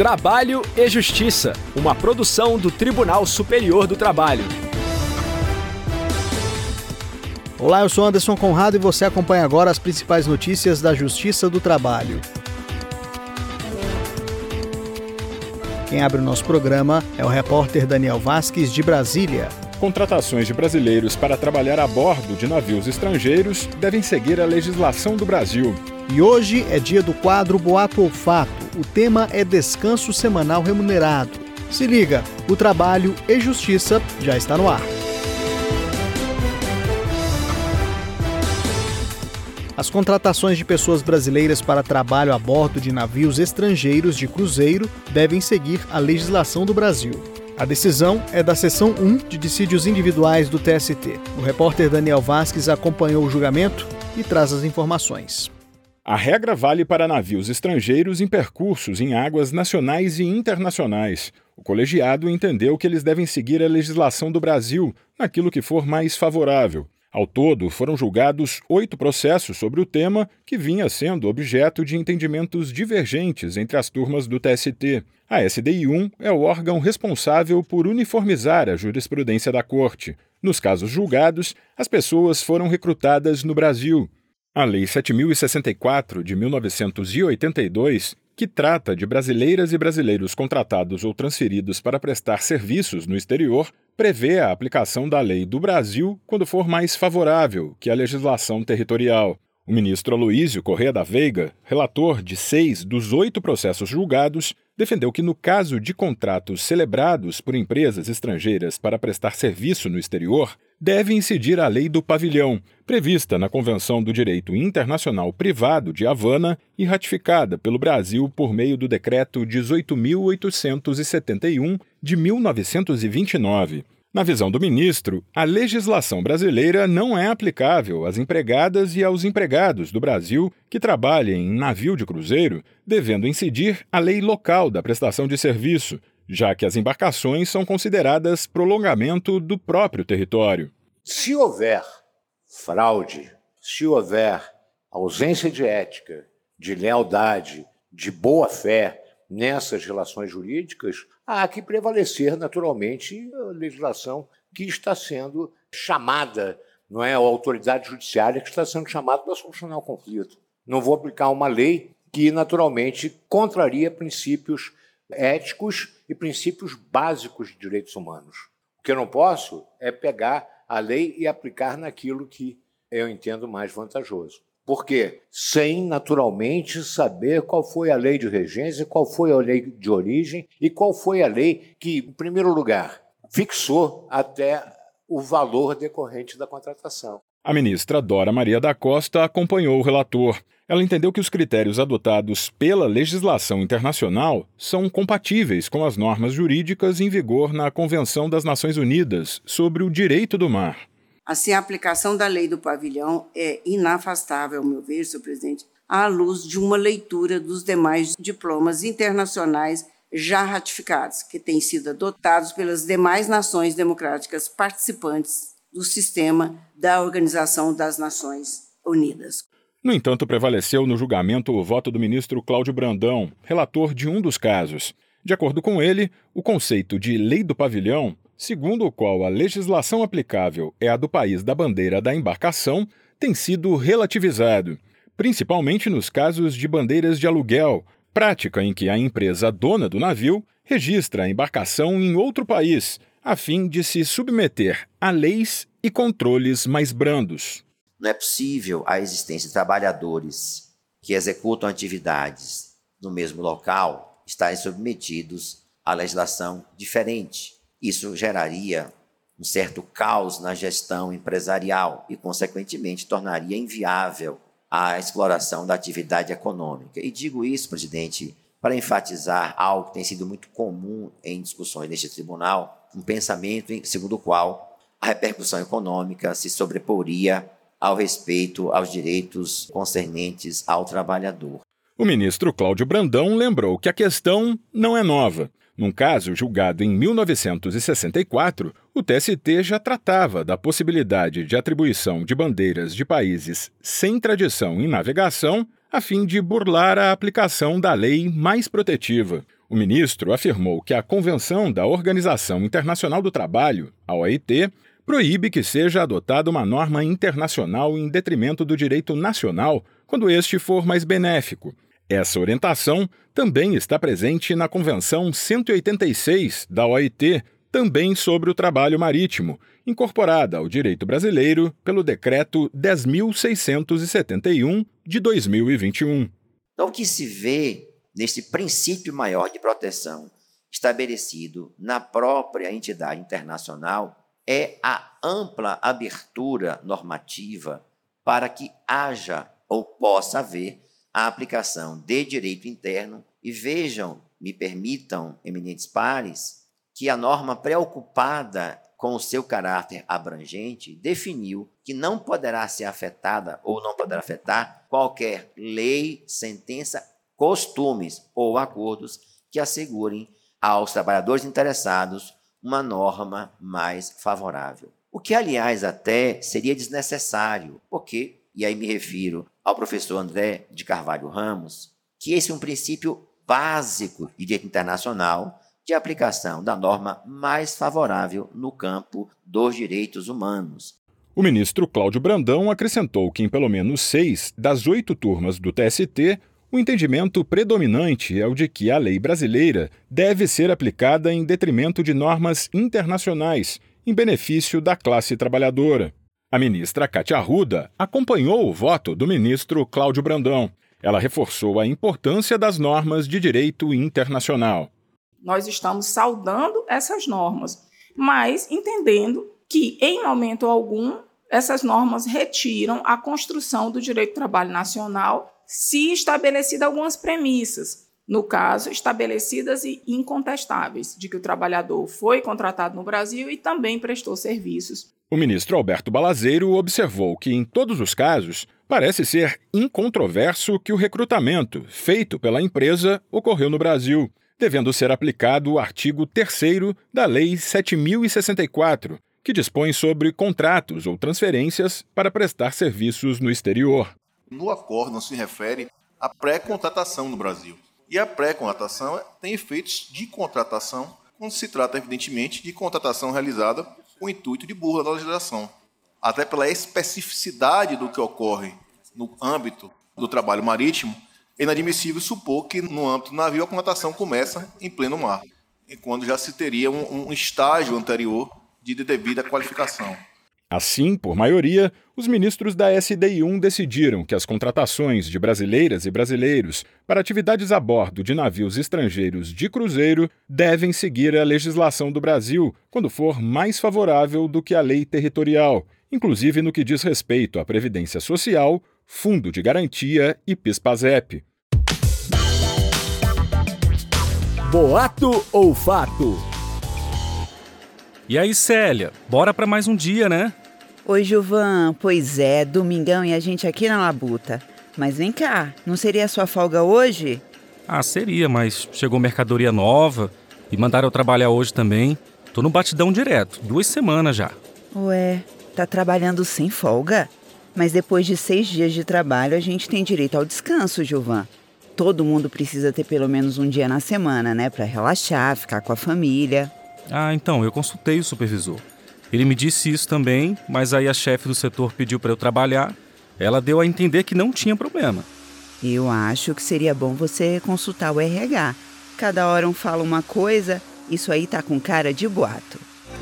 Trabalho e Justiça, uma produção do Tribunal Superior do Trabalho. Olá, eu sou Anderson Conrado e você acompanha agora as principais notícias da Justiça do Trabalho. Quem abre o nosso programa é o repórter Daniel Vasques, de Brasília. Contratações de brasileiros para trabalhar a bordo de navios estrangeiros devem seguir a legislação do Brasil. E hoje é dia do quadro Boato Olfato. O tema é descanso semanal remunerado. Se liga, o Trabalho e Justiça já está no ar. As contratações de pessoas brasileiras para trabalho a bordo de navios estrangeiros de cruzeiro devem seguir a legislação do Brasil. A decisão é da Seção 1 de Dissídios Individuais do TST. O repórter Daniel Vasques acompanhou o julgamento e traz as informações. A regra vale para navios estrangeiros em percursos em águas nacionais e internacionais. O colegiado entendeu que eles devem seguir a legislação do Brasil naquilo que for mais favorável. Ao todo, foram julgados 8 processos sobre o tema, que vinha sendo objeto de entendimentos divergentes entre as turmas do TST. A SDI-1 é o órgão responsável por uniformizar a jurisprudência da Corte. Nos casos julgados, as pessoas foram recrutadas no Brasil. A Lei 7.064, de 1982, que trata de brasileiras e brasileiros contratados ou transferidos para prestar serviços no exterior, prevê a aplicação da lei do Brasil quando for mais favorável que a legislação territorial. O ministro Aloísio Corrêa da Veiga, relator de 6 dos 8 processos julgados, defendeu que no caso de contratos celebrados por empresas estrangeiras para prestar serviço no exterior, deve incidir a Lei do Pavilhão, prevista na Convenção do Direito Internacional Privado de Havana e ratificada pelo Brasil por meio do Decreto 18.871, de 1929. Na visão do ministro, a legislação brasileira não é aplicável às empregadas e aos empregados do Brasil que trabalhem em navio de cruzeiro, devendo incidir a lei local da prestação de serviço, já que as embarcações são consideradas prolongamento do próprio território. Se houver fraude, se houver ausência de ética, de lealdade, de boa-fé nessas relações jurídicas, há que prevalecer naturalmente a legislação que está sendo chamada, não é a autoridade judiciária que está sendo chamada para solucionar o conflito. Não vou aplicar uma lei que naturalmente contraria princípios éticos e princípios básicos de direitos humanos. O que eu não posso é pegar a lei e aplicar naquilo que eu entendo mais vantajoso. Por quê? Sem, naturalmente, saber qual foi a lei de regência, qual foi a lei de origem e qual foi a lei que, em primeiro lugar, fixou até o valor decorrente da contratação. A ministra Dora Maria da Costa acompanhou o relator. Ela entendeu que os critérios adotados pela legislação internacional são compatíveis com as normas jurídicas em vigor na Convenção das Nações Unidas sobre o Direito do Mar. Assim, a aplicação da lei do pavilhão é inafastável, ao meu ver, senhor presidente, à luz de uma leitura dos demais diplomas internacionais já ratificados, que têm sido adotados pelas demais nações democráticas participantes do sistema da Organização das Nações Unidas. No entanto, prevaleceu no julgamento o voto do ministro Cláudio Brandão, relator de um dos casos. De acordo com ele, o conceito de lei do pavilhão, segundo o qual a legislação aplicável é a do país da bandeira da embarcação, tem sido relativizado, principalmente nos casos de bandeiras de aluguel, prática em que a empresa dona do navio registra a embarcação em outro país, a fim de se submeter a leis e controles mais brandos. Não é possível a existência de trabalhadores que executam atividades no mesmo local estarem submetidos à legislação diferente. Isso geraria um certo caos na gestão empresarial e, consequentemente, tornaria inviável a exploração da atividade econômica. E digo isso, presidente, para enfatizar algo que tem sido muito comum em discussões neste tribunal, um pensamento segundo o qual a repercussão econômica se sobreporia ao respeito aos direitos concernentes ao trabalhador. O ministro Cláudio Brandão lembrou que a questão não é nova. Num caso julgado em 1964, o TST já tratava da possibilidade de atribuição de bandeiras de países sem tradição em navegação a fim de burlar a aplicação da lei mais protetiva. O ministro afirmou que a Convenção da Organização Internacional do Trabalho, a OIT, proíbe que seja adotada uma norma internacional em detrimento do direito nacional quando este for mais benéfico. Essa orientação também está presente na Convenção 186 da OIT, também sobre o trabalho marítimo, incorporada ao direito brasileiro pelo Decreto 10.671 de 2021. Então, o que se vê nesse princípio maior de proteção estabelecido na própria entidade internacional é a ampla abertura normativa para que haja ou possa haver a aplicação de direito interno e vejam, me permitam, eminentes pares, que a norma preocupada com o seu caráter abrangente definiu que não poderá ser afetada ou não poderá afetar qualquer lei, sentença, costumes ou acordos que assegurem aos trabalhadores interessados uma norma mais favorável. O que, aliás, até seria desnecessário, porque, e aí me refiro ao professor André de Carvalho Ramos, que esse é um princípio básico de direito internacional de aplicação da norma mais favorável no campo dos direitos humanos. O ministro Cláudio Brandão acrescentou que em pelo menos 6 das 8 turmas do TST, o entendimento predominante é o de que a lei brasileira deve ser aplicada em detrimento de normas internacionais, em benefício da classe trabalhadora. A ministra Cátia Arruda acompanhou o voto do ministro Cláudio Brandão. Ela reforçou a importância das normas de direito internacional. Nós estamos saudando essas normas, mas entendendo que, em momento algum, essas normas retiram a construção do direito do trabalho nacional se estabelecidas algumas premissas, no caso, estabelecidas e incontestáveis, de que o trabalhador foi contratado no Brasil e também prestou serviços. O ministro Alberto Balazeiro observou que, em todos os casos, parece ser incontroverso que o recrutamento feito pela empresa ocorreu no Brasil, devendo ser aplicado o artigo 3º da Lei 7.064, que dispõe sobre contratos ou transferências para prestar serviços no exterior. No acordo se refere à pré-contratação no Brasil. E a pré-contratação tem efeitos de contratação quando se trata, evidentemente, de contratação realizada com o intuito de burla da legislação. Até pela especificidade do que ocorre no âmbito do trabalho marítimo, é inadmissível supor que no âmbito do navio a contratação começa em pleno mar, quando já se teria um estágio anterior de devida qualificação. Assim, por maioria, os ministros da SDI1 decidiram que as contratações de brasileiras e brasileiros para atividades a bordo de navios estrangeiros de cruzeiro devem seguir a legislação do Brasil quando for mais favorável do que a lei territorial, inclusive no que diz respeito à Previdência Social, Fundo de Garantia e PIS/PASEP. Boato ou fato? E aí, Célia, bora para mais um dia, né? Oi, Gilvan. Pois é, domingão e a gente aqui na labuta. Mas vem cá, não seria a sua folga hoje? Ah, seria, mas chegou mercadoria nova e mandaram eu trabalhar hoje também. Tô no batidão direto, 2 semanas já. Ué, tá trabalhando sem folga? Mas depois de 6 dias de trabalho, a gente tem direito ao descanso, Gilvan. Todo mundo precisa ter pelo menos um dia na semana, né? Pra relaxar, ficar com a família. Ah, então, eu consultei o supervisor. Ele me disse isso também, mas aí a chefe do setor pediu para eu trabalhar. Ela deu a entender que não tinha problema. Eu acho que seria bom você consultar o RH. Cada hora um fala uma coisa, isso aí tá com cara de boato.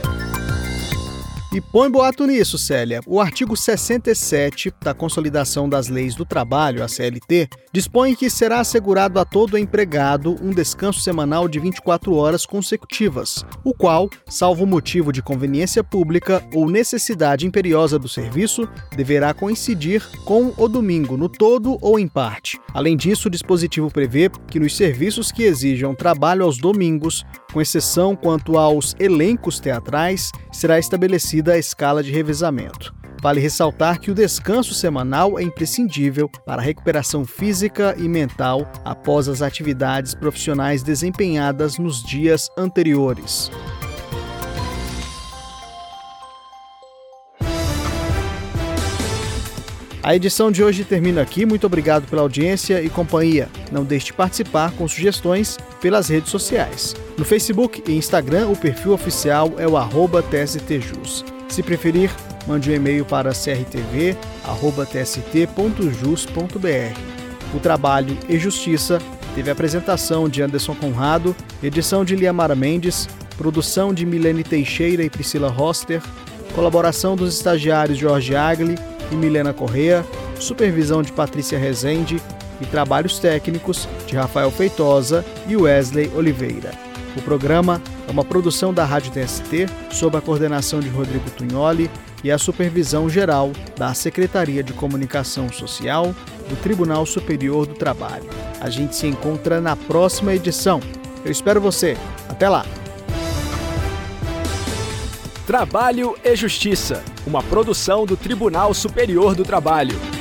E põe boato nisso, Célia. O artigo 67 da Consolidação das Leis do Trabalho, a CLT, dispõe que será assegurado a todo empregado um descanso semanal de 24 horas consecutivas, o qual, salvo motivo de conveniência pública ou necessidade imperiosa do serviço, deverá coincidir com o domingo no todo ou em parte. Além disso, o dispositivo prevê que nos serviços que exijam trabalho aos domingos, com exceção quanto aos elencos teatrais, será estabelecida a escala de revezamento. Vale ressaltar que o descanso semanal é imprescindível para a recuperação física e mental após as atividades profissionais desempenhadas nos dias anteriores. A edição de hoje termina aqui. Muito obrigado pela audiência e companhia. Não deixe de participar com sugestões pelas redes sociais. No Facebook e Instagram, o perfil oficial é o @tstjus. Se preferir, mande um e-mail para crtv@tst.jus.br. O Trabalho e Justiça teve a apresentação de Anderson Conrado, edição de Liamara Mendes, produção de Milene Teixeira e Priscila Roster, colaboração dos estagiários Jorge Agli e Milena Correa, supervisão de Patrícia Rezende e trabalhos técnicos de Rafael Feitosa e Wesley Oliveira. O programa é uma produção da Rádio TST, sob a coordenação de Rodrigo Tunholi e a supervisão geral da Secretaria de Comunicação Social do Tribunal Superior do Trabalho. A gente se encontra na próxima edição. Eu espero você. Até lá! Trabalho e Justiça, uma produção do Tribunal Superior do Trabalho.